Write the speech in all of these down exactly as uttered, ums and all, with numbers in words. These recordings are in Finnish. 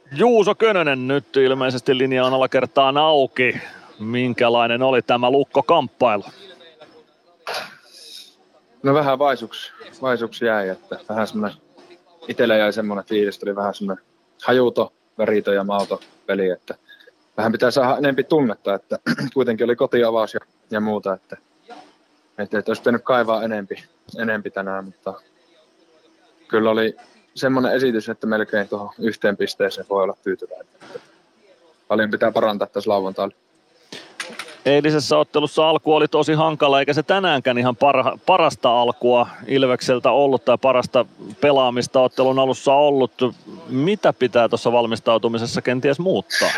Juuso Könönen, nyt ilmeisesti linja on alakertaan auki. Minkälainen oli tämä Lukko-kamppailu? No vähän vaisuksi, vaisuksi jäi, että vähän semmoinen, itsellä jäi semmoinen fiilis, oli vähän semmoinen hajuto, värito ja mauto peli, että vähän pitää saada enempi tunnetta, että kuitenkin oli kotiavaus ja, ja muuta, että, että, että olisi pitänyt kaivaa enempi, enempi tänään, mutta kyllä oli semmoinen esitys, että melkein tuohon yhteen pisteeseen voi olla tyytyväinen. Paljon pitää parantaa tässä lauantailla. Eilisessä ottelussa alku oli tosi hankala, eikä se tänäänkään ihan parha, parasta alkua Ilvekseltä ollut tai parasta pelaamista ottelun alussa ollut. Mitä pitää tuossa valmistautumisessa kenties muuttaa?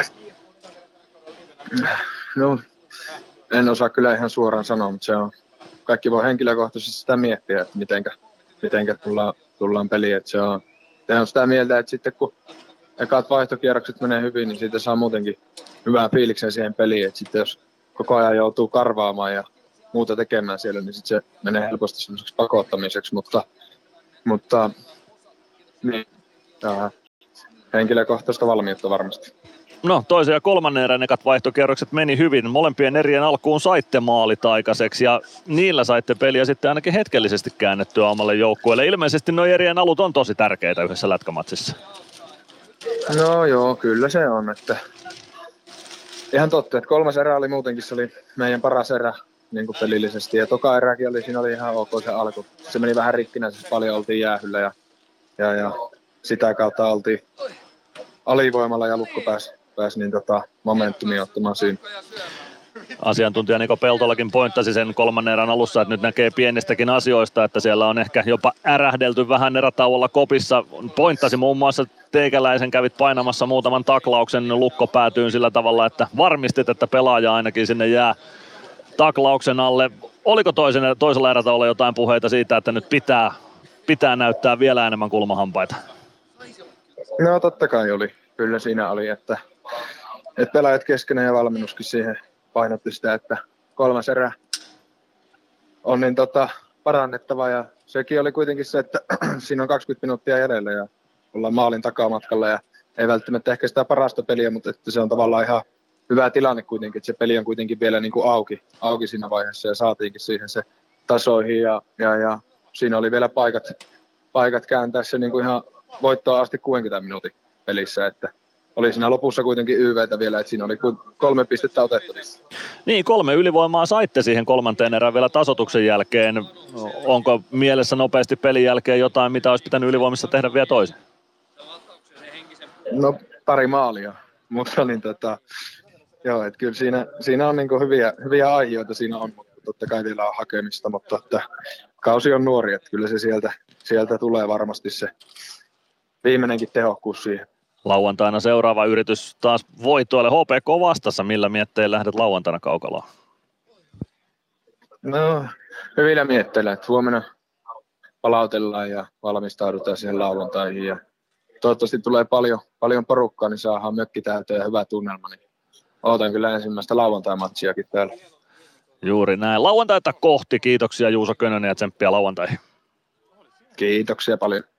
No, en osaa kyllä ihan suoraan sanoa, mutta se on, kaikki voi henkilökohtaisesti sitä miettiä, että mitenkä, mitenkä tullaan, tullaan peliin. Että se on, on sitä mieltä, että sitten kun ekat vaihtokierrokset menee hyvin, niin siitä saa muutenkin hyvää fiiliksen siihen peliin. Että sitten jos koko ajan joutuu karvaamaan ja muuta tekemään siellä, niin sitten se menee helposti semmoiseksi pakottamiseksi, mutta, mutta niin, henkilökohtaista valmiutta varmasti. No toisen ja kolmannen erän ekat vaihtokierrokset meni hyvin. Molempien erien alkuun saitte maalit aikaiseksi ja niillä saitte peliä sitten ainakin hetkellisesti käännettyä omalle joukkueelle. Ilmeisesti nuo erien alut on tosi tärkeitä yhdessä lätkämatsissa. No joo, kyllä se on. Että ihan totta, että kolmas erä oli muutenkin, se oli meidän paras erä niin kuin pelillisesti. Ja toka eräkin oli, siinä oli ihan ok se alku. Se meni vähän rikkinäisesti, paljon oltiin jäähyllä ja, ja, ja sitä kautta oltiin alivoimalla ja Lukko pääsi, pääsi niin tota momentumia ottamaan siinä. Asiantuntija Niko Peltolakin pointtasi sen kolmannen erän alussa, että nyt näkee pienistäkin asioista, että siellä on ehkä jopa ärähdelty vähän erätauolla kopissa. Pointtasi muun muassa teikäläisen, kävit painamassa muutaman taklauksen Lukko päätyyn sillä tavalla, että varmistit, että pelaaja ainakin sinne jää taklauksen alle. Oliko toisen, toisella erätauolla jotain puheita siitä, että nyt pitää, pitää näyttää vielä enemmän kulmahampaita? No totta kai oli. Kyllä siinä oli, että, että pelaajat keskenään ja valmennuskin siihen painotti sitä, että kolmas erä on niin tota, parannettava ja sekin oli kuitenkin se, että siinä on kaksikymmentä minuuttia jäljellä ja ollaan maalin takamatkalla ja ei välttämättä ehkä sitä parasta peliä, mutta että se on tavallaan ihan hyvä tilanne kuitenkin, että se peli on kuitenkin vielä niin kuin auki, auki siinä vaiheessa ja saatiinkin siihen se tasoihin ja, ja, ja siinä oli vielä paikat, paikat kääntää se niin kuin ihan voittoa asti kuudenkymmenen minuutin pelissä, että oli siinä lopussa kuitenkin Y V:tä vielä, että siinä oli kolme pistettä otettavissa. Niin, kolme ylivoimaa saitte siihen kolmanteen erään vielä tasoituksen jälkeen. Onko mielessä nopeasti pelin jälkeen jotain, mitä olisi pitänyt ylivoimissa tehdä vielä toisin? No pari maalia, mutta niin tota, joo, että kyllä siinä, siinä on niin kuin hyviä, hyviä aiheita siinä on, mutta totta kai vielä on hakemista, mutta että kausi on nuori, että kyllä se sieltä, sieltä tulee varmasti se viimeinenkin tehokkuus siihen. Lauantaina seuraava yritys taas voittoille H P K vastassa. Millä miettein lähdet lauantaina kaukaloon? No, hyvillä mietteillä, että huomenna palautellaan ja valmistaudutaan siihen lauantaihin. Ja toivottavasti tulee paljon, paljon porukkaa, niin saadaan mökki täyteen ja hyvä tunnelma. Niin ootan kyllä ensimmäistä lauantai-matsiakin täällä. Juuri näin. Lauantaita kohti. Kiitoksia Juuso Könönen ja tsemppiä lauantaihin. Kiitoksia paljon.